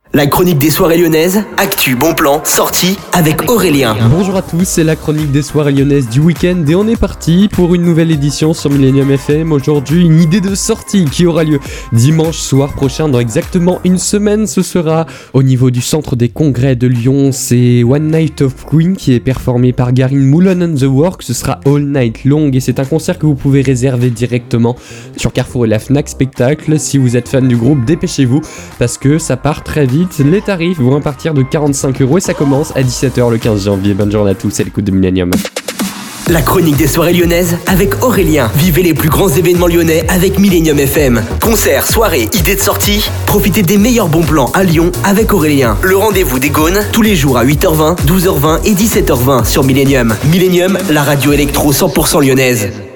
La chronique des soirées lyonnaises, actu, bon plan, sortie avec Aurélien. Bonjour à tous, c'est la chronique des soirées lyonnaises du week-end et on est parti pour une nouvelle édition sur Millennium FM. Aujourd'hui, une idée de sortie qui aura lieu dimanche soir prochain dans exactement une semaine. Ce sera au niveau du centre des congrès de Lyon. C'est One Night of Queen qui est performé par Garine Moulin and the Work. Ce sera all night long et c'est un concert que vous pouvez réserver directement sur Carrefour et la Fnac Spectacle. Si vous êtes fan du groupe, dépêchez-vous parce que ça part très vite. Les tarifs vont partir de 45€ et ça commence à 17h le 15 janvier. Bonne journée à tous, c'est l'écoute de Millennium. La chronique des soirées lyonnaises avec Aurélien. Vivez les plus grands événements lyonnais avec Millennium FM. Concerts, soirées, idées de sortie. Profitez des meilleurs bons plans à Lyon avec Aurélien. Le rendez-vous des Gaunes, tous les jours à 8h20, 12h20 et 17h20 sur Millennium. Millennium, la radio électro 100% lyonnaise.